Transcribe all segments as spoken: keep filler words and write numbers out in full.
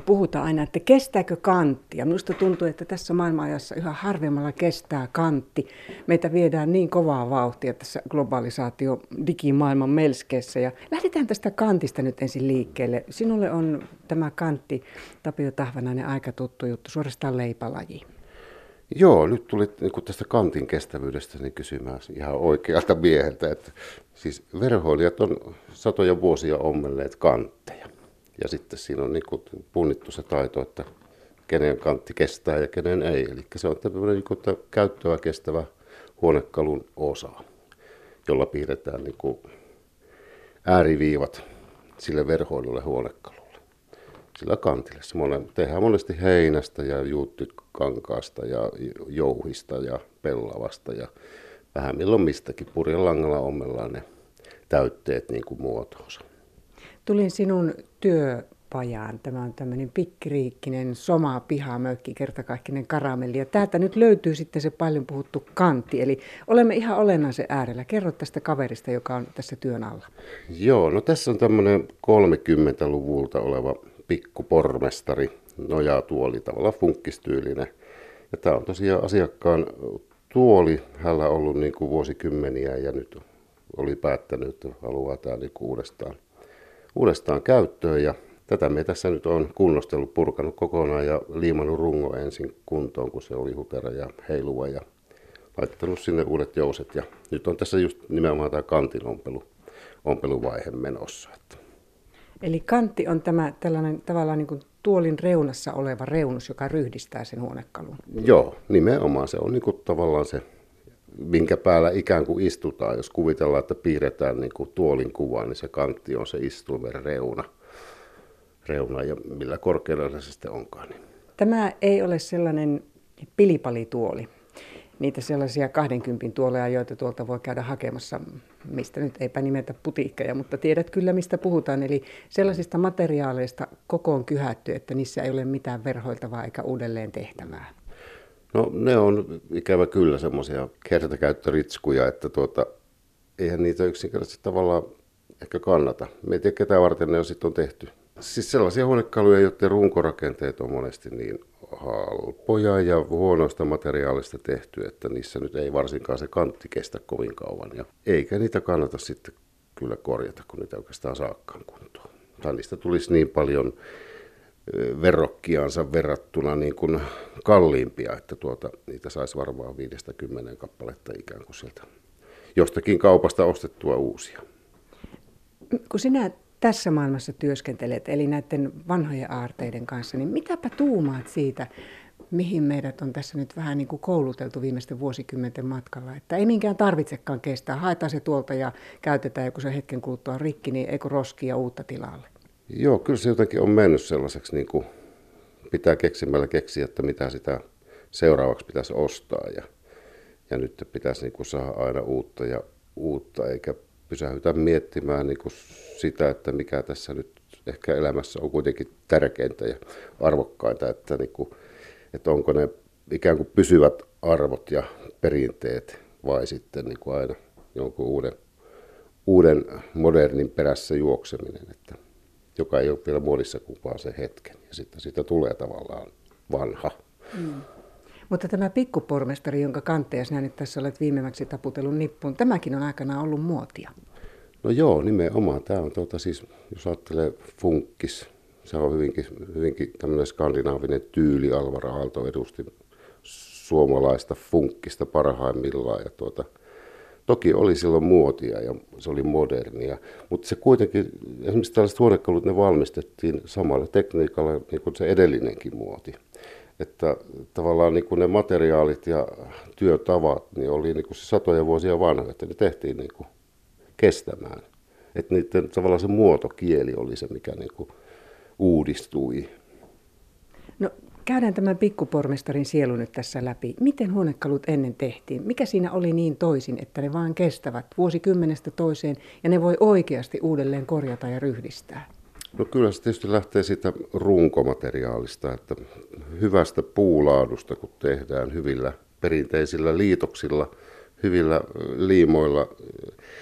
puhutaan aina, että kestääkö kantti. Ja minusta tuntuu, että tässä maailmanajassa yhä harvemmalla kestää kantti. Meitä viedään niin kovaa vauhtia tässä globalisaatio digimaailman melskeessä. Ja lähdetään tästä kantista nyt ensin liikkeelle. Sinulle on tämä kantti, Tapio Tahvanainen, aika tuttu juttu, suorastaan leipälaji. Joo, nyt tuli niin tästä kantin kestävyydestä niin kysymään ihan oikealta mieheltä. Että, siis verhoilijat on satoja vuosia ommelleet kantteja. Ja sitten siinä on niin kuin punnittu se taito, että kenen kantti kestää ja kenen ei. Eli se on tämmöinen niin kuin käyttöä kestävä huonekalun osa, jolla piirretään niin kuin ääriviivat sille verhoilulle huonekalulle. Sillä kantille. Se tehdään monesti heinästä ja juuttikankaasta ja jouhista ja pellavasta ja vähän milloin mistäkin. Purjelangalla ommellaan ne täytteet niin kuin muotoonsa. Tulin sinun työpajaan. Tämä on tämmöinen pikkiriikkinen soma pihamökki, kertakaikkinen karamelli. Ja täältä nyt löytyy sitten se paljon puhuttu kantti. Eli olemme ihan olennaisen äärellä. Kerro tästä kaverista, joka on tässä työn alla. Joo, no tässä on tämmöinen kolmekymmentäluvulta oleva pikkupormestari, nojatuoli, tavallaan funkkistyylinen. Ja tämä on tosiaan asiakkaan tuoli. Hänellä on ollut niin kuin vuosikymmeniä ja nyt oli päättänyt, että haluaa tämä niin kuin uudestaan. uudestaan käyttöön ja tätä me tässä nyt on kunnostellut, purkanut kokonaan ja liimannut rungo ensin kuntoon, kun se oli hutera ja heiluva ja laittanut sinne uudet jouset ja nyt on tässä just nimenomaan tämä kantin ompelu, ompeluvaihe menossa. Eli kantti on tämä tällainen tavallaan niin kuin tuolin reunassa oleva reunus, joka ryhdistää sen huonekalun. Joo, nimenomaan se on niin kuin tavallaan se, minkä päällä ikään kuin istutaan. Jos kuvitellaan, että piirretään niin kuin tuolin kuvaa, niin se kantti on se istuimen reuna, reuna ja millä korkeudella se sitten onkaan. Niin. Tämä ei ole sellainen pilipalituoli. Niitä sellaisia kahdenkympin tuoleja, joita tuolta voi käydä hakemassa, mistä nyt eipä nimetä putiikkeja, mutta tiedät kyllä mistä puhutaan. Eli sellaisista materiaaleista kokoon kyhätty, että niissä ei ole mitään verhoiltavaa eikä uudelleen tehtävää. No ne on ikävä kyllä semmoisia kertakäyttöritskuja, että tuota, eihän niitä yksinkertaisesti tavallaan ehkä kannata. Me ei tiedä ketään varten ne on sitten on tehty. Siis sellaisia huonekaluja, joiden runkorakenteet on monesti niin halpoja ja huonoista materiaalista tehty, että niissä nyt ei varsinkaan se kantti kestä kovin kauan. Ja eikä niitä kannata sitten kyllä korjata, kun niitä oikeastaan saakkaan kuntoon. Tai niistä tulisi niin paljon verrokkiansa verrattuna niin kuin kalliimpia, että tuota, niitä saisi varmaan viidestä kymmenen kappaletta ikään kuin sieltä jostakin kaupasta ostettua uusia. Kun sinä tässä maailmassa työskentelet, eli näiden vanhojen aarteiden kanssa, niin mitäpä tuumaat siitä, mihin meidät on tässä nyt vähän niin kuin kouluteltu viimeisten vuosikymmenten matkalla, että ei minkään tarvitsekaan kestää, haetaan se tuolta ja käytetään, ja kun se hetken kuluttua on rikki, niin eikö roskia uutta tilalle? Joo, kyllä se jotenkin on mennyt sellaiseksi, niin kuin pitää keksimällä keksiä, että mitä sitä seuraavaksi pitäisi ostaa. Ja, ja nyt pitäisi niin kuin saada aina uutta ja uutta, eikä pysähdytä miettimään niin kuin sitä, että mikä tässä nyt ehkä elämässä on kuitenkin tärkeintä ja arvokkainta, että, niin kuin, että onko ne ikään kuin pysyvät arvot ja perinteet vai sitten niin kuin aina jonkun uuden, uuden modernin perässä juokseminen. Että joka ei ole vielä muodissa kuin vaan se hetken. Ja sitten siitä tulee tavallaan vanha. Mm. Mutta tämä pikkupormestari, jonka kantteja sinä nyt tässä olet viimeimmäksi taputellut nippuun, tämäkin on aikanaan ollut muotia. No joo, nimenomaan. Tämä on tuota siis, jos ajattelee funkkis, se on hyvinkin, hyvinkin tämmöinen skandinaavinen tyyli. Alvar Aalto edusti suomalaista funkkista parhaimmillaan. Ja tuota, toki oli silloin muotia ja se oli modernia, mutta se kuitenkin, esimerkiksi tällaiset huonekalut, ne valmistettiin samalla tekniikalla niin kuin se edellinenkin muoti. Että tavallaan niin kuin ne materiaalit ja työtavat niin oli niin kuin se satoja vuosia vanha, että ne tehtiin niin kuin kestämään. Että niiden tavallaan se muotokieli oli se, mikä niin kuin uudistui. No käydään tämän pikkupormestarin sielu nyt tässä läpi. Miten huonekalut ennen tehtiin? Mikä siinä oli niin toisin, että ne vaan kestävät vuosikymmenestä toiseen ja ne voi oikeasti uudelleen korjata ja ryhdistää? No kyllä se tietysti lähtee siitä runkomateriaalista, että hyvästä puulaadusta kun tehdään hyvillä perinteisillä liitoksilla, hyvillä liimoilla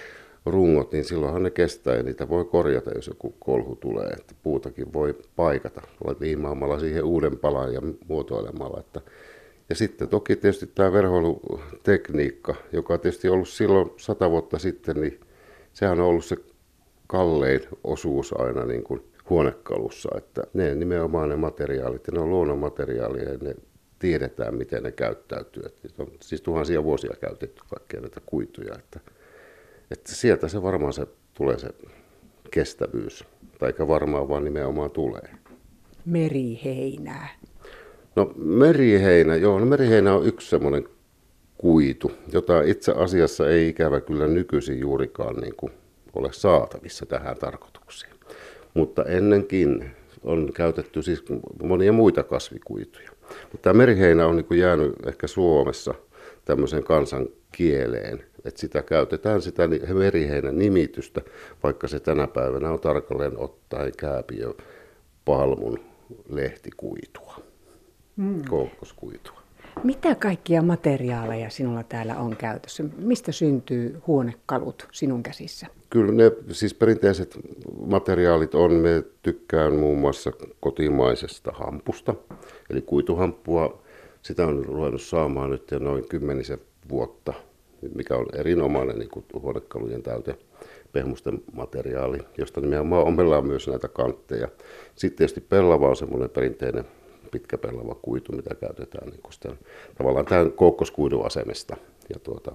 rungot, niin silloinhan ne kestää ja niitä voi korjata, jos joku kolhu tulee. Että puutakin voi paikata liimaamalla siihen uuden palan ja muotoilemalla. Että ja sitten toki tietysti tämä verhoilutekniikka, joka on tietysti ollut silloin sata vuotta sitten, niin sehän on ollut se kallein osuus aina niin kuin huonekalussa. Että ne nimenomaan ne materiaalit, ja ne on luonnonmateriaalia ja ne tiedetään, miten ne käyttäytyy. Että on siis tuhansia vuosia käytetty kaikkia näitä kuituja. Että, että sieltä se varmaan se tulee se kestävyys, tai eikä varmaan vaan nimenomaan tulee. Meriheinää. No meriheinä, joo, no meriheinä on yksi semmoinen kuitu, jota itse asiassa ei ikävä kyllä nykyisin juurikaan niin kuin ole saatavissa tähän tarkoitukseen. Mutta ennenkin on käytetty siis monia muita kasvikuituja. Mutta tämä meriheinä on niin kuin jäänyt ehkä Suomessa tämmöisen kansan kieleen, että sitä käytetään sitä meriheinän nimitystä, vaikka se tänä päivänä on tarkalleen ottaen kääpiö palmun lehtikuitua. Hmm. Koukkoskuitua. Mitä kaikkia materiaaleja sinulla täällä on käytössä? Mistä syntyy huonekalut sinun käsissä? Kyllä ne siis perinteiset materiaalit on, me tykkään muun muassa kotimaisesta hampusta, eli kuituhamppua. Sitä on ruvennut saamaan nyt jo noin kymmenisen vuotta, mikä on erinomainen niin kuin huonekalujen täyte pehmusten materiaali, josta nimenomaan ommellaan myös näitä kantteja. Sitten tietysti pellava on semmoinen perinteinen pitkä pellava kuitu, mitä käytetään niin sitä, tavallaan tämän koukkoskuidun asemesta. Ja tuota,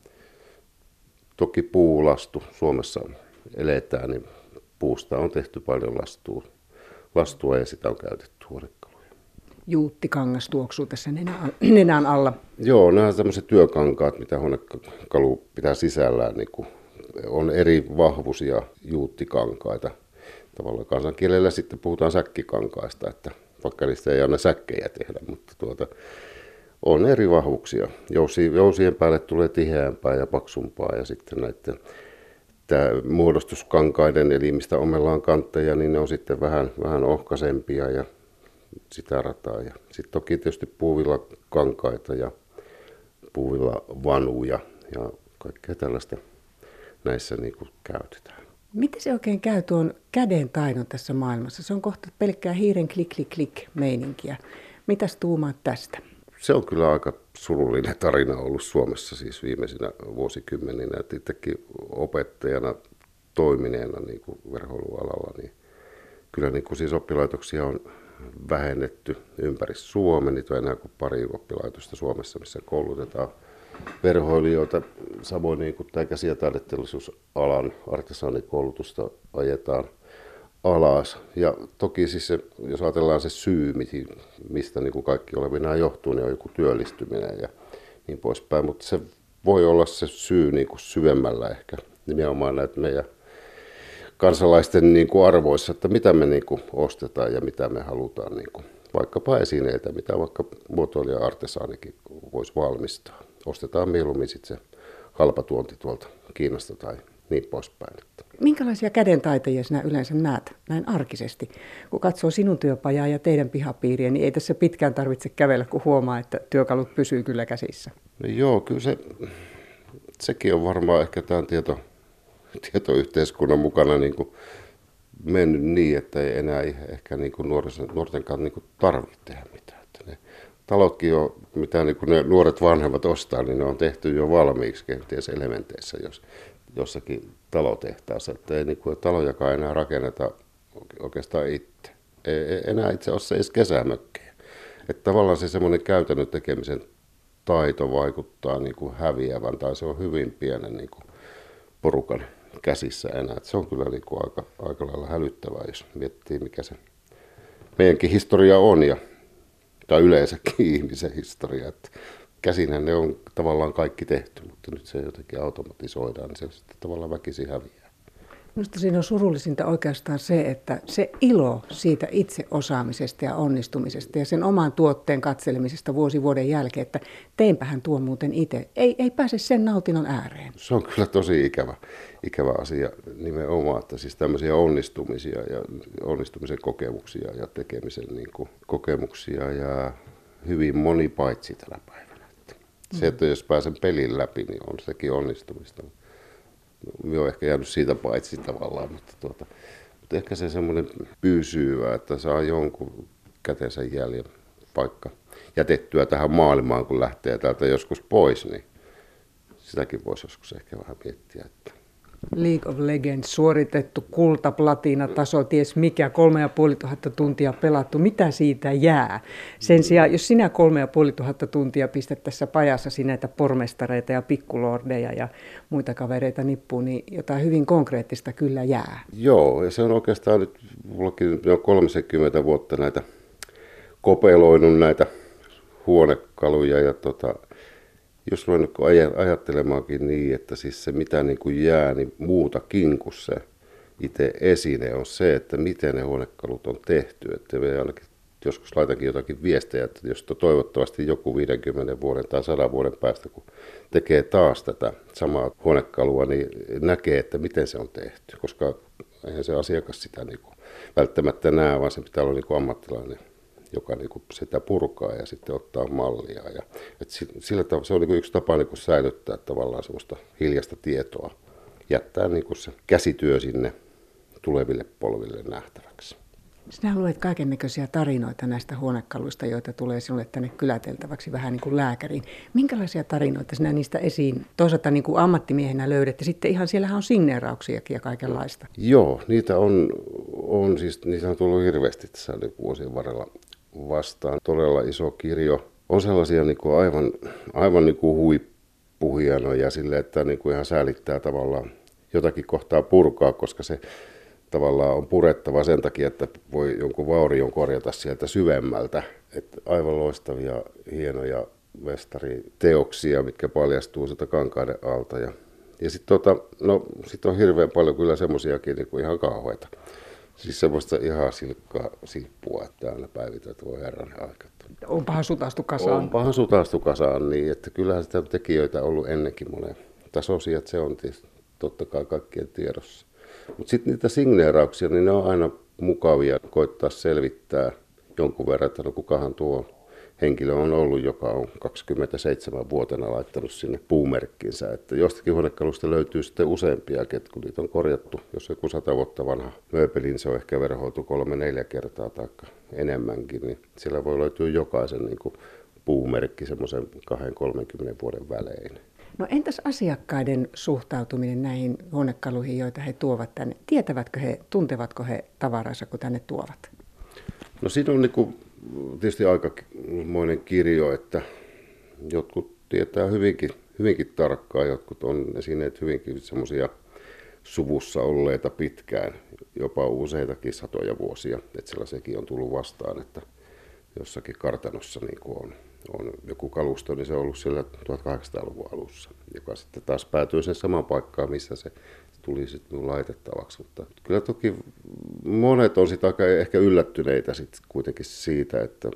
toki puulastu, Suomessa eletään, niin puusta on tehty paljon lastua, lastua ja sitä on käytetty huonekaluja. Juuttikangas tuoksuu tässä nenän alla. Joo, nämä on tämmöiset työkankaat, mitä huonekalu pitää sisällään, niin kuin on eri vahvuisia juuttikankaita. Tavallaan kansankielellä sitten puhutaan säkkikankaista, että vaikka niistä ei aina säkkejä tehdä, mutta tuota, on eri vahvuuksia. Jousi, jousien päälle tulee tiheämpää ja paksumpaa ja sitten näiden tämä muodostuskankaiden, eli mistä ommellaan kantteja, niin ne on sitten vähän, vähän ohkaisempia ja sitä rataa. Ja sitten toki tietysti puuvilla kankaita ja puuvilla vanuja ja kaikkea tällaista näissä niin kuin käytetään. Miten se oikein käy tuon käden taidon tässä maailmassa? Se on kohta pelkkää hiiren klik klik klik meininkiä. Mitäs tuumaat tästä? Se on kyllä aika surullinen tarina ollut Suomessa siis viimeisinä vuosikymmeninä. Että itsekin opettajana toimineena niin kuin verhoilualalla, niin kyllä niin kuin siis oppilaitoksia on vähennetty ympäri Suomen. Niitä on enää kuin pari oppilaitosta Suomessa, missä koulutetaan verhoilijoita. Samoin niin kuin tämä käsi- ja taideteollisuusalan artesaanikoulutusta ajetaan alas. Ja toki siis se, jos ajatellaan se syy, mistä niin kuin kaikki olevinaan johtuu, niin on joku työllistyminen ja niin poispäin. Mutta se voi olla se syy niin kuin syvemmällä ehkä nimenomaan näitä meidän kansalaisten niin kuin arvoissa, että mitä me niin kuin ostetaan ja mitä me halutaan, niin kuin, vaikkapa esineitä, mitä vaikka muotoilija artesaanikin voisi valmistaa. Ostetaan mieluummin sitten se halpa tuonti tuolta Kiinasta tai niin poispäin. Minkälaisia kädentaitajia sinä yleensä näet näin arkisesti? Kun katsoo sinun työpajaa ja teidän pihapiiriä, niin ei tässä pitkään tarvitse kävellä, kun huomaa, että työkalut pysyy kyllä käsissä. No joo, kyllä se, sekin on varmaan ehkä tämän tieto, tietoyhteiskunnan mukana niin kuin mennyt niin, että ei enää ehkä niin kuin nuorten, nuortenkaan niin kuin tarvitse tehdä mitään. Että ne talotkin jo, mitä niin kuin ne nuoret vanhemmat ostaa, niin ne on tehty jo valmiiksi kenties elementeissä jos, jossakin talotehtaassa. Että ei niin kuin talojakaan enää rakenneta oikeastaan itse. Ei enää itse asiassa edes kesämökkejä. Että tavallaan se semmoinen käytännön tekemisen taito vaikuttaa niin kuin häviävän, tai se on hyvin pienen niin kuin porukan käsissä enää. Että se on kyllä niin kuin aika, aika lailla hälyttävää, jos miettii, mikä se meidänkin historia on, ja, tai yleensäkin ihmisen historia. Että käsinhän ne on tavallaan kaikki tehty, mutta nyt se jotenkin automatisoidaan, niin se sitten tavallaan väkisin häviää. Minusta siinä on surullisinta oikeastaan se, että se ilo siitä itse osaamisesta ja onnistumisesta ja sen oman tuotteen katselemisesta vuosi vuoden jälkeen, että teinpähän tuon muuten itse, ei, ei pääse sen nautinnon ääreen. Se on kyllä tosi ikävä, ikävä asia nimenomaan, että siis tämmöisiä onnistumisia ja onnistumisen kokemuksia ja tekemisen niin kuin kokemuksia ja hyvin moni paitsi tänä päivänä. Se, että jos pääsen pelin läpi, niin on sekin onnistumista. minä olen ehkä jäänyt siitä paitsi tavallaan, mutta, tuota, mutta ehkä se semmoinen pysyvä, että saa jonkun kätensä jäljen vaikka jätettyä tähän maailmaan, kun lähtee täältä joskus pois, niin sitäkin voisi joskus ehkä vähän miettiä. Että League of Legends suoritettu, kulta, platina, taso, ties mikä, kolme ja puoli tuhatta tuntia pelattu, mitä siitä jää? Sen sijaan, jos sinä kolme ja puoli tuhatta tuntia pistät tässä pajassasi näitä pormestareita ja pikkulordeja ja muita kavereita nippuun, niin jotain hyvin konkreettista kyllä jää. Joo, ja se on oikeastaan nyt, mullakin jo kolmekymmentä vuotta näitä kopeloinut näitä huonekaluja ja tota, jos ruvennut ajattelemaankin niin, että siis se mitä niin kuin jää, niin muutakin kuin se itse esine on se, että miten ne huonekalut on tehty. Että me ainakin joskus laitankin jotakin viestejä, että jos toivottavasti joku viidenkymmenen vuoden tai sadan vuoden päästä, kun tekee taas tätä samaa huonekalua, niin näkee, että miten se on tehty. Koska eihän se asiakas sitä niin kuin välttämättä näe, vaan se pitää olla niin kuin ammattilainen, joka niin kuin sitä purkaa ja sitten ottaa mallia. Ja, et sillä tavalla, se on niin kuin yksi tapa niin kuin säilyttää tavallaan sellaista hiljaista tietoa, jättää niin kuin se käsityö sinne tuleville polville nähtäväksi. Sinä luet kaikennäköisiä tarinoita näistä huonekaluista, joita tulee sinulle tänne kyläteltäväksi vähän niin kuin lääkäriin. Minkälaisia tarinoita sinä niistä esiin toisaalta niin kuin ammattimiehenä löydät? Ja sitten ihan siellähän on signeerauksiakin ja kaikenlaista. Joo, niitä on, on siis, niitä on tullut hirveästi tässä vuosien varrella vastaan. Todella iso kirjo. On sellaisia niin kuin aivan, aivan niin kuin huippuhienoja sille, että niin kuin ihan säälittää tavallaan jotakin kohtaa purkaa, koska se tavallaan on purettava sen takia, että voi jonkun vaurion korjata sieltä syvemmältä. Että aivan loistavia, hienoja mestariteoksia, mitkä paljastuu sieltä kankaiden alta. Ja, ja sitten tota, no, sit on hirveän paljon kyllä semmoisiakin niin kuin ihan kauheita. Siis semmoista ihan silkkaa silppua, että aina päivität, voi herranen aika. Onpahan sutastu kasaan. Onpahan sutastu kasaan, niin että kyllähän sitä tekijöitä on ollut ennenkin monen tasoisia, että se on tietysti totta kai kaikkien tiedossa. Mutta sitten niitä signeerauksia, niin ne on aina mukavia koittaa selvittää jonkun verran, että no kukahan tuo henkilö on ollut, joka on kaksikymmentäseitsemän vuotena laittanut sinne puumerkkinsä. Että jostakin huonekalusta löytyy sitten useampiakin, että kun niitä on korjattu, jos joku sata vuotta vanha mööpeli, niin se on ehkä verhoitu kolme neljä kertaa tai enemmänkin, niin siellä voi löytyä jokaisen niin kuin puumerkki semmoisen kaksikymmentä kolmekymmentä vuoden välein. No entäs asiakkaiden suhtautuminen näihin huonekaluihin, joita he tuovat tänne? Tietävätkö he, tuntevatko he tavaransa, kun tänne tuovat? No siinä on niin kuin tietysti aikamoinen kirjo, että jotkut tietää hyvinkin, hyvinkin tarkkaan, jotkut on esineet hyvinkin semmoisia suvussa olleita pitkään, jopa useitakin satoja vuosia, että sellaisiakin on tullut vastaan, että jossakin kartanossa niin kuin on, on joku kalusto, niin se on ollut siellä tuhatkahdeksansataaluvun alussa, joka sitten taas päätyy sen samaan paikkaan, missä se tuli sitten laitettavaksi. Mutta kyllä toki monet on sitten aika ehkä yllättyneitä sitten kuitenkin siitä, että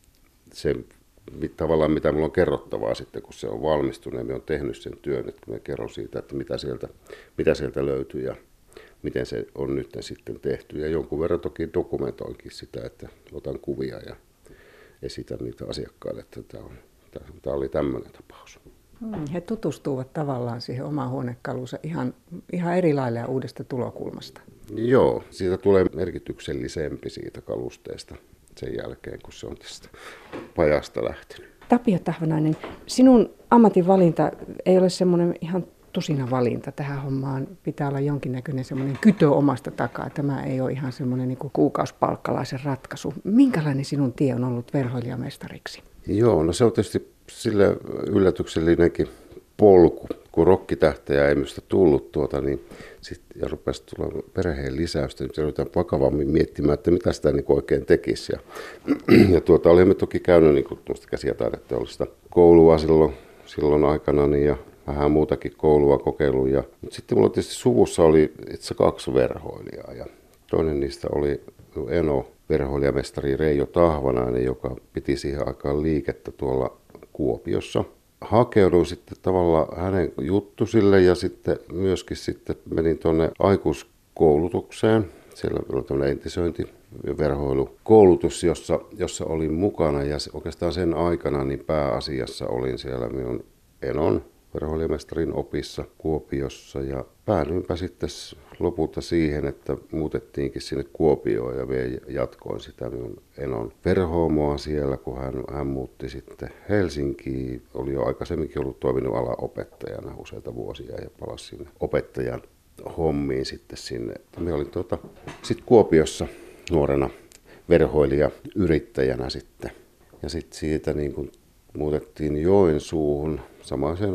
se tavallaan mitä minulla on kerrottavaa sitten, kun se on valmistunut ja minä olen tehnyt sen työn, että kun minä kerron siitä, että mitä sieltä, mitä sieltä löytyy ja miten se on nyt sitten tehty. Ja jonkun verran toki dokumentoinkin sitä, että otan kuvia ja esitän niitä asiakkaille, että tämä, on, tämä oli tämmöinen tapaus. He tutustuvat tavallaan siihen omaan huonekaluunsa ihan, ihan eri lailla ja uudesta tulokulmasta. Joo, siitä tulee merkityksellisempi siitä kalusteesta sen jälkeen, kun se on tästä pajasta lähtenyt. Tapio Tahvanainen, sinun ammatinvalinta ei ole semmoinen ihan tusina valinta tähän hommaan. Pitää olla jonkinnäköinen semmoinen kytö omasta takaa. Tämä ei ole ihan semmoinen niin kuin kuukausipalkkalaisen ratkaisu. Minkälainen sinun tie on ollut verhoilijamestariksi? Joo, no se on tietysti sille yllätyksellinenkin polku. Kun rokkitähtejä ei minusta tullut tuota, niin sitten ja rupesi tulla perheen lisäystä, niin joudutaan vakavammin miettimään, että mitä sitä niin oikein tekisi. Ja, ja tuota, olemme toki käynyt niin käsiataidetta koulua silloin, silloin aikana niin, ja vähän muutakin koulua kokeillut. Ja, mutta sitten minulla tietysti suvussa oli itse kaksi verhoilijaa. Ja toinen niistä oli Eno, verhoilijamestari Reijo Tahvanainen, joka piti siihen aikaan liikettä tuolla Kuopiossa. Hakeuduin sitten tavallaan hänen juttusille ja sitten myöskin sitten menin tuonne aikuiskoulutukseen. Siellä oli tämmöinen entisöinti- ja verhoilukoulutus, jossa, jossa olin mukana ja oikeastaan sen aikana niin pääasiassa olin siellä minun Enon verhoilijamestarin opissa Kuopiossa ja päädyinpä sitten lopulta siihen, että muutettiinkin sinne Kuopioon ja vielä jatkoin sitä minun enon verhoomoa siellä, kun hän, hän muutti sitten Helsinkiin. Oli jo aikaisemminkin ollut toiminut alaopettajana useita vuosia ja palasi sinne opettajan hommiin sitten sinne. Me olin tuota, sitten Kuopiossa nuorena verhoilija-yrittäjänä sitten. Ja sitten siitä niin kun muutettiin Joensuuhun samaiseen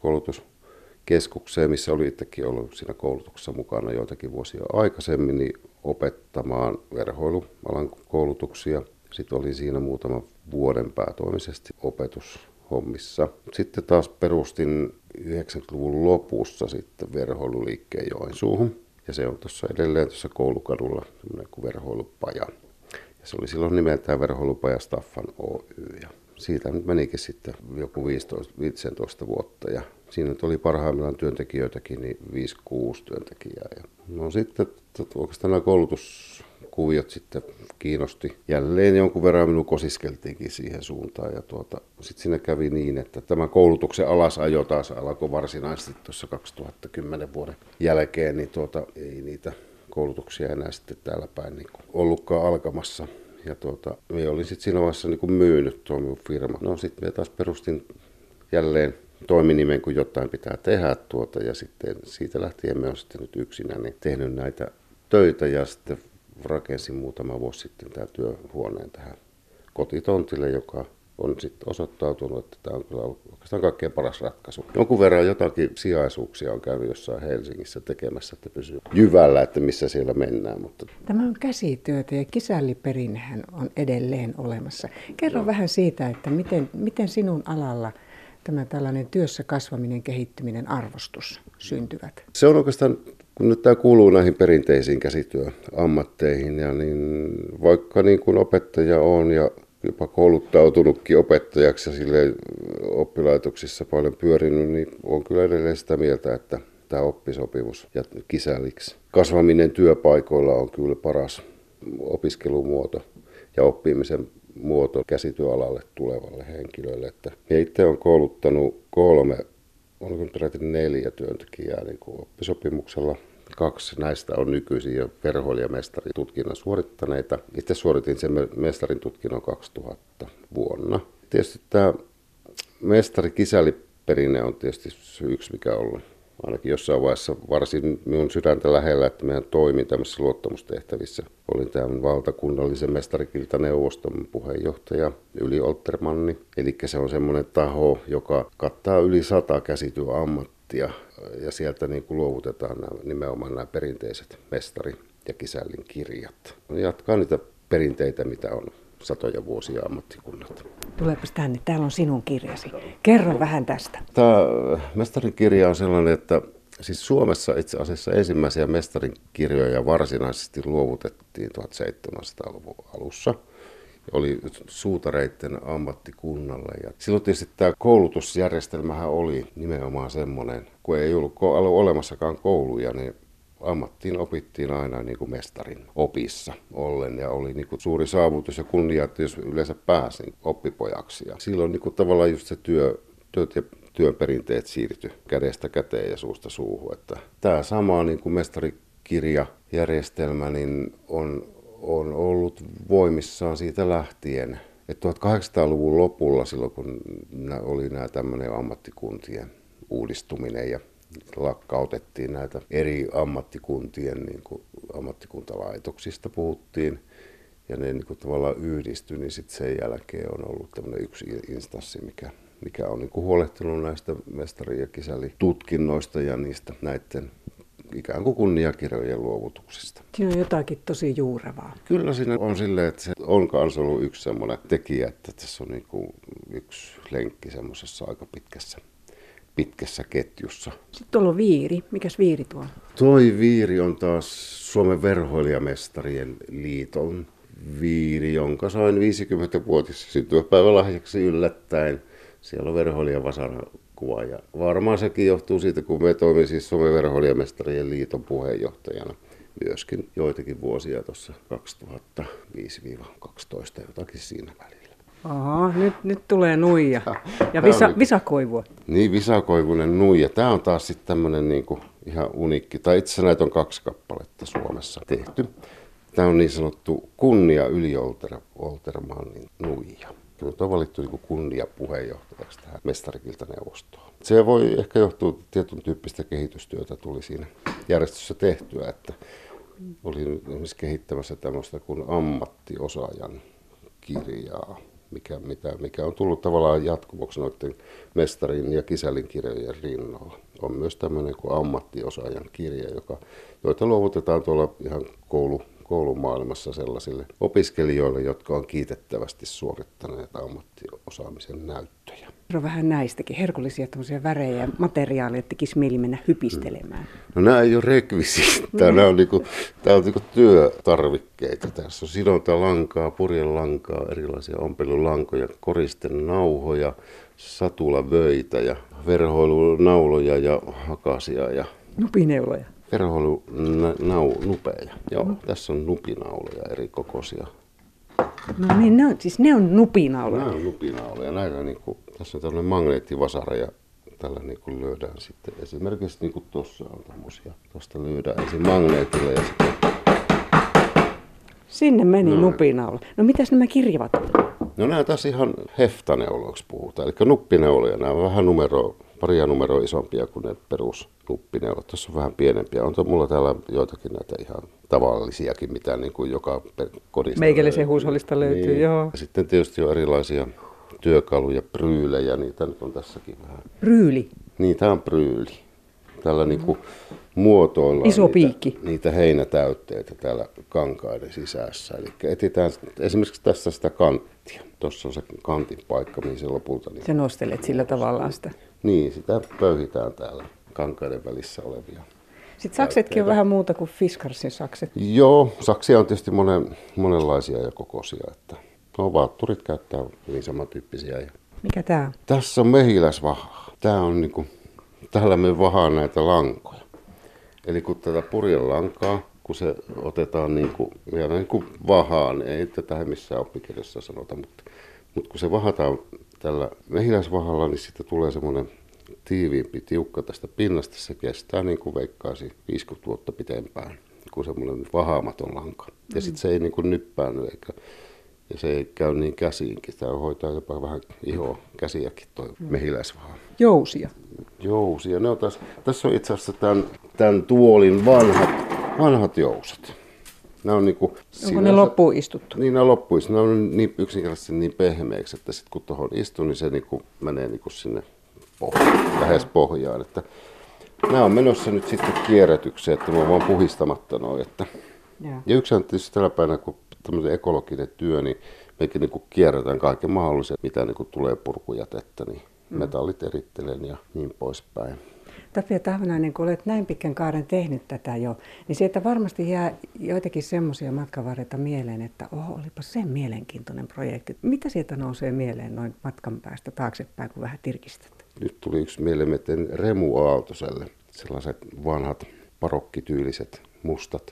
aikuiskoulutuskeskukseen, missä oli itsekin ollut siinä koulutuksessa mukana joitakin vuosia aikaisemmin, niin opettamaan verhoilualan koulutuksia. Sitten olin siinä muutaman vuoden päätoimisesti opetushommissa. Sitten taas perustin yhdeksänkymmentäluvun lopussa sitten verhoiluliikkeen Joensuuhun. Ja se on tuossa edelleen tuossa Koulukadulla semmoinen kuin verhoilupaja. Ja se oli silloin nimeltään Verhoilupaja Staffan Oy. Ja siitä nyt menikin sitten joku viisitoista viisitoista vuotta. Ja siinä nyt oli parhaimmillaan työntekijöitäkin, niin viisi kuusi työntekijää. Ja no sitten oikeastaan nämä koulutuskuviot sitten kiinnosti jälleen jonkun verran, minun kosiskeltiinkin siihen suuntaan. Ja tuota, sitten siinä kävi niin, että tämä koulutuksen alasajo taas alkoi varsinaisesti tuossa kaksituhattakymmenen vuoden jälkeen, niin tuota, ei niitä koulutuksia enää sitten täällä päin niin ollutkaan alkamassa. Ja tuota, minä olin sitten siinä vaiheessa niin kuin myynyt tuon minun firma. No sitten minä taas perustin jälleen toiminimen, kun jotain pitää tehdä tuota, ja sitten siitä lähtien me on sitten nyt yksinä niin tehnyt näitä töitä ja sitten rakensin muutama vuosi sitten tämä työhuoneen tähän kotitontille, joka on sitten osoittautunut, että tämä on kyllä ollut oikeastaan kaikkein paras ratkaisu. Jonkun verran jotakin sijaisuuksia on käynyt jossain Helsingissä tekemässä, että pysyy jyvällä, että missä siellä mennään. Mutta tämä on käsityötä ja kisälliperinnehän on edelleen olemassa. Kerro no. vähän siitä, että miten, miten sinun alalla tämä tällainen työssä kasvaminen, kehittyminen, arvostus syntyvät? Se on oikeastaan, kun nyt tämä kuuluu näihin perinteisiin käsityöammatteihin, ja niin vaikka niin kuin opettaja on ja jopa kouluttautunutkin opettajaksi ja sille oppilaitoksissa paljon pyörinyt, niin on kyllä edelleen sitä mieltä, että tämä oppisopimus ja kisälliksi kasvaminen työpaikoilla on kyllä paras opiskelumuoto ja oppimisen muoto käsityöalalle tulevalle henkilölle. Että minä itse olen kouluttanut kolme, oliko peräti neljä työntekijää niin kuin oppisopimuksella. Kaksi näistä on nykyisin jo verhoilijamestarin tutkinnon suorittaneita. Itse suoritin sen mestarin tutkinnon kaksituhatta vuonna. Tietysti tämä mestari-kisälliperinne on tietysti yksi, mikä on ollut ainakin jossain vaiheessa varsin minun sydäntä lähellä, että meidän toimin tämmöisissä luottamustehtävissä. Olin tämän valtakunnallisen mestarikiltaneuvoston puheenjohtaja Yli Oltermanni. Eli se on semmoinen taho, joka kattaa yli sata käsityöammattia. Ja sieltä niin kuin luovutetaan nämä, nimenomaan nämä perinteiset mestari- ja kisällin kirjat. Jatkaa niitä perinteitä, mitä on satoja vuosia ammattikunnat. Tulepas tänne, täällä on sinun kirjasi. Kerro vähän tästä. Tämä mestarin kirja on sellainen, että siis Suomessa itse asiassa ensimmäisiä mestarin kirjoja varsinaisesti luovutettiin tuhatseitsemänsataaluvun alussa. Oli suutareiden ammattikunnalle. Ja silloin tietysti tämä koulutusjärjestelmähän oli nimenomaan semmoinen, kun ei ollut olemassakaan kouluja, niin ammattiin opittiin aina niin kuin mestarin opissa ollen. Ja oli niin kuin suuri saavutus ja kunnia, että jos yleensä pääsi oppipojaksi. Ja silloin niin kuin tavallaan just se työ, työt ja työn perinteet siirtyi kädestä käteen ja suusta suuhun. Että tämä sama niin kuin mestarikirjajärjestelmä niin on on ollut voimissaan siitä lähtien. Et tuhatkahdeksansataaluvun lopulla, silloin kun oli nämä tämmöinen ammattikuntien uudistuminen ja lakkautettiin näitä eri ammattikuntien, niin kuin ammattikuntalaitoksista puhuttiin, ja ne niin kuin tavallaan yhdistyi, niin sitten sen jälkeen on ollut tämmöinen yksi instanssi, mikä, mikä on niin kuin huolehtinut näistä mestari- ja kisällitutkinnoista ja niistä näiden ikään kuin kunniakirjojen luovutuksista. Siinä on jotakin tosi juurevaa. Kyllä siinä on silleen, että se on kanssa ollut yksi semmoinen tekijä, että tässä on niin kuin yksi lenkki semmoisessa aika pitkässä, pitkässä ketjussa. Sitten tuolla on viiri. Mikäs viiri tuo on? Toi viiri on taas Suomen verhoilijamestarien liiton viiri, jonka sain viisikymmenvuotis syntymäpäivälahjaksi yllättäen. Siellä on verhoilijan vasara kuva. Ja varmaan sekin johtuu siitä, kun me toimin siis Suomen verhoilijamestarien liiton puheenjohtajana myöskin joitakin vuosia tuossa kaksituhattaviisi kaksitoista jotakin siinä välillä. Aha, nyt, nyt tulee nuija. Ja visa, niin, visakoivua. Niin, visakoivunen nuija. Tämä on taas sitten tämmöinen niinku ihan uniikki. Tai itse asiassa näitä on kaksi kappaletta Suomessa tehty. Tämä on niin sanottu kunnia yli Oltermannin nuija. Nyt on valittu niin kunniapuheenjohtajaksi tähän mestarikiltaneuvostoon. Se voi ehkä johtua tietyn tyyppistä kehitystyötä tuli siinä järjestössä tehtyä, että olin esimerkiksi kehittämässä tämmöistä kuin ammattiosaajan kirjaa, mikä, mitä, mikä on tullut tavallaan jatkumoksi noiden mestarin ja kisälin kirjojen rinnalla. On myös tämmöinen kuin ammattiosaajan kirja, joka, joita luovutetaan tuolla ihan koulu, koulumaailmassa sellaisille opiskelijoille, jotka on kiitettävästi suorittaneet ammattiosaamisen näyttöjä. Kerro vähän näistäkin, herkullisia tämmöisiä värejä ja materiaaleja, että tekisi mieli mennä hypistelemään. No nämä ei ole rekvisiittaa, nämä on, niinku, tämä on niinku työtarvikkeita. Tässä on sidontalankaa, purjelankaa, erilaisia ompelulankoja, koristenauhoja, satulavöitä ja verhoilunauloja ja hakasia ja Nupineuloja. verhoilunupeja. Joo, mm. Tässä on nupinauloja eri kokoisia. No niin, ne on, siis ne on nupinauloja. Nämä on nupinauloja. Näillä niinku, tässä on tämmöinen magneettivasara ja tällä niinku lyödään sitten. Esimerkiksi niinku tuossa on tämmöisiä. Tuosta lyödään ensin magneetilla ja sitten... Sinne meni no, nupinaula. No mitäs nämä kirjavat? No nämä taas ihan heftaneuloiksi puhutaan. Eli nuppineuloja. Nämä on vähän numero, paria numeroa isompia kuin ne perusnuppineulat. Tuossa on vähän pienempiä. On mulla täällä joitakin näitä ihan tavallisiakin, mitä niin kuin joka kodista Meikäläisen huushollista löytyy, niin. Joo. Ja sitten tietysti on erilaisia työkaluja, pryylejä, niitä nyt on tässäkin vähän. Pryyli? Niin, tämä on pryyli. Tällä niin kuin muotoillaan Iso niitä, piikki. niitä heinätäytteitä täällä kankaiden sisässä. Eli etsitään esimerkiksi tässä sitä kanttia. Tuossa on se kantin paikka, mihin se lopulta... Niin sä nostelet sillä tavallaan sitä. Niin, sitä pöyhitään täällä kankaiden välissä olevia. Sitten saksetkin on vähän muuta kuin Fiskarsin sakset. Joo, saksia on tietysti monen, monenlaisia ja kokoisia. Että no, vaatturit käyttää hyvin samantyyppisiä. Ja... Mikä tää on? Tässä on mehiläisvaha. Tää on niinku, täällä me vahaan näitä lankoja. Eli kun tätä purjelankaa, kun se otetaan niinku, vielä niin kuin vahaan, ei tätä missään oppikirjassa sanota, mutta, mutta kun se vahataan tällä mehiläisvahalla, niin sitten tulee semmoinen tiiviimpi tiukka tästä pinnasta. Se kestää niin kuin veikkaisi viisikymmentä vuotta pitempään kuin semmoinen vahaamaton lanka. Ja sitten se ei niin kuin nyppäänny eikä, ja se ei käy niin käsiinkin. Tämä hoitaa jopa vähän ihoa käsiäkin toi mehiläisvaha. Jousia. Jousia. Ne on taas, tässä on itse asiassa tämän, tämän tuolin vanhat, vanhat jousat. Nämä on niinku, onko sinänsä, ne loppuun istuttu? Niin, ne on loppuun istuttu. Nämä on niin yksinkertaisesti niin pehmeäksi, että sitten kun tuohon istuu, niin se niinku menee niinku sinne pohjaan, lähes pohjaan. Että nämä on menossa nyt sitten kierrätykseen, että ne on vaan puhistamatta noin. Että. Ja. ja yksi on tietysti tällä päivänä, kun tämmöinen ekologinen työ, niin mekin niinku kierrätään kaiken mahdollisen, mitä niinku tulee purkujätettä, niin mm. metallit erittelen ja niin poispäin. Tapio Tahvanainen, kun olet näin pitkän kaaren tehnyt tätä jo, niin sieltä varmasti jää joitakin semmoisia matkanvarreta mieleen, että oho, olipa se mielenkiintoinen projekti. Mitä sieltä nousee mieleen noin matkan päästä taaksepäin, kun vähän tirkistät? Nyt tuli yksi mieleen, että Remu Aaltoselle sellaiset vanhat barokkityyliset mustat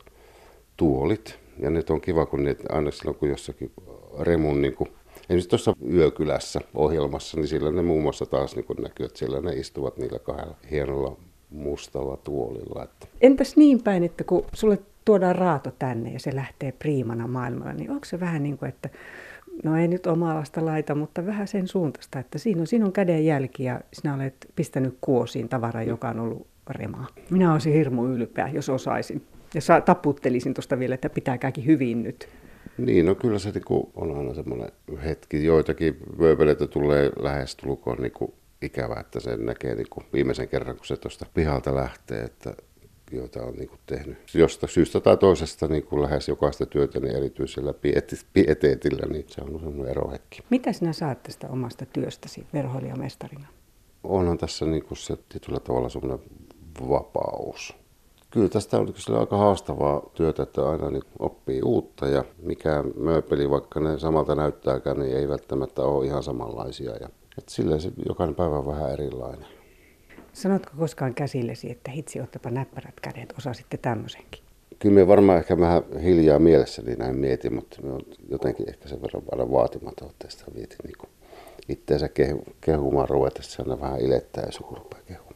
tuolit. Ja nyt on kiva, kun ne aina silloin, kun jossakin Remun niin kuin esimerkiksi tuossa Yökylässä ohjelmassa, niin sillä ne muun muassa taas niin näkyy, että siellä ne istuvat niillä kahdella hienolla mustalla tuolilla. Että. Entäs niin päin, että kun sulle tuodaan raato tänne ja se lähtee priimana maailmalla, niin onko se vähän niin kuin, että no ei nyt omalasta laita, mutta vähän sen suuntaista, että siinä on sinun kädenjälki ja sinä olet pistänyt kuosiin tavaraa, joka on ollut remaa. Minä olisin hirmu ylpeä, jos osaisin. Ja taputtelisin tuosta vielä, että pitääkääkin hyvin nyt. Niin, no kyllä se niin on aina semmoinen hetki. Joitakin vööpeleitä tulee lähestulkoon niin ikävä, että sen näkee niin viimeisen kerran, kun se tuosta pihalta lähtee, että joita on niin tehnyt josta syystä tai toisesta niin lähes jokaista työtä niin erityisellä pieteetillä, niin se on semmoinen erohetki. Mitä sinä saat tästä omasta työstäsi verhoilijamestarina? Onhan tässä niin se tietyllä tavalla semmoinen vapaus. Kyllä tästä on aika haastavaa työtä, että aina niin oppii uutta ja mikä mööpeli, vaikka ne samalta näyttääkään, niin ei välttämättä ole ihan samanlaisia. Ja, että silleen se jokainen päivä on vähän erilainen. Sanotko koskaan käsillesi, että hitsi, ottapa näppärät kädet, osasitte tämmöisenkin? kyllä me varmaan ehkä vähän hiljaa mielessäni näin mietin, mutta me on jotenkin ehkä sen verran aina vaatimaton, että sitä mietin niin itseänsä kehu, kehumaan ruvetessa, aina vähän ilettää ja suku rupeaa kehumaan.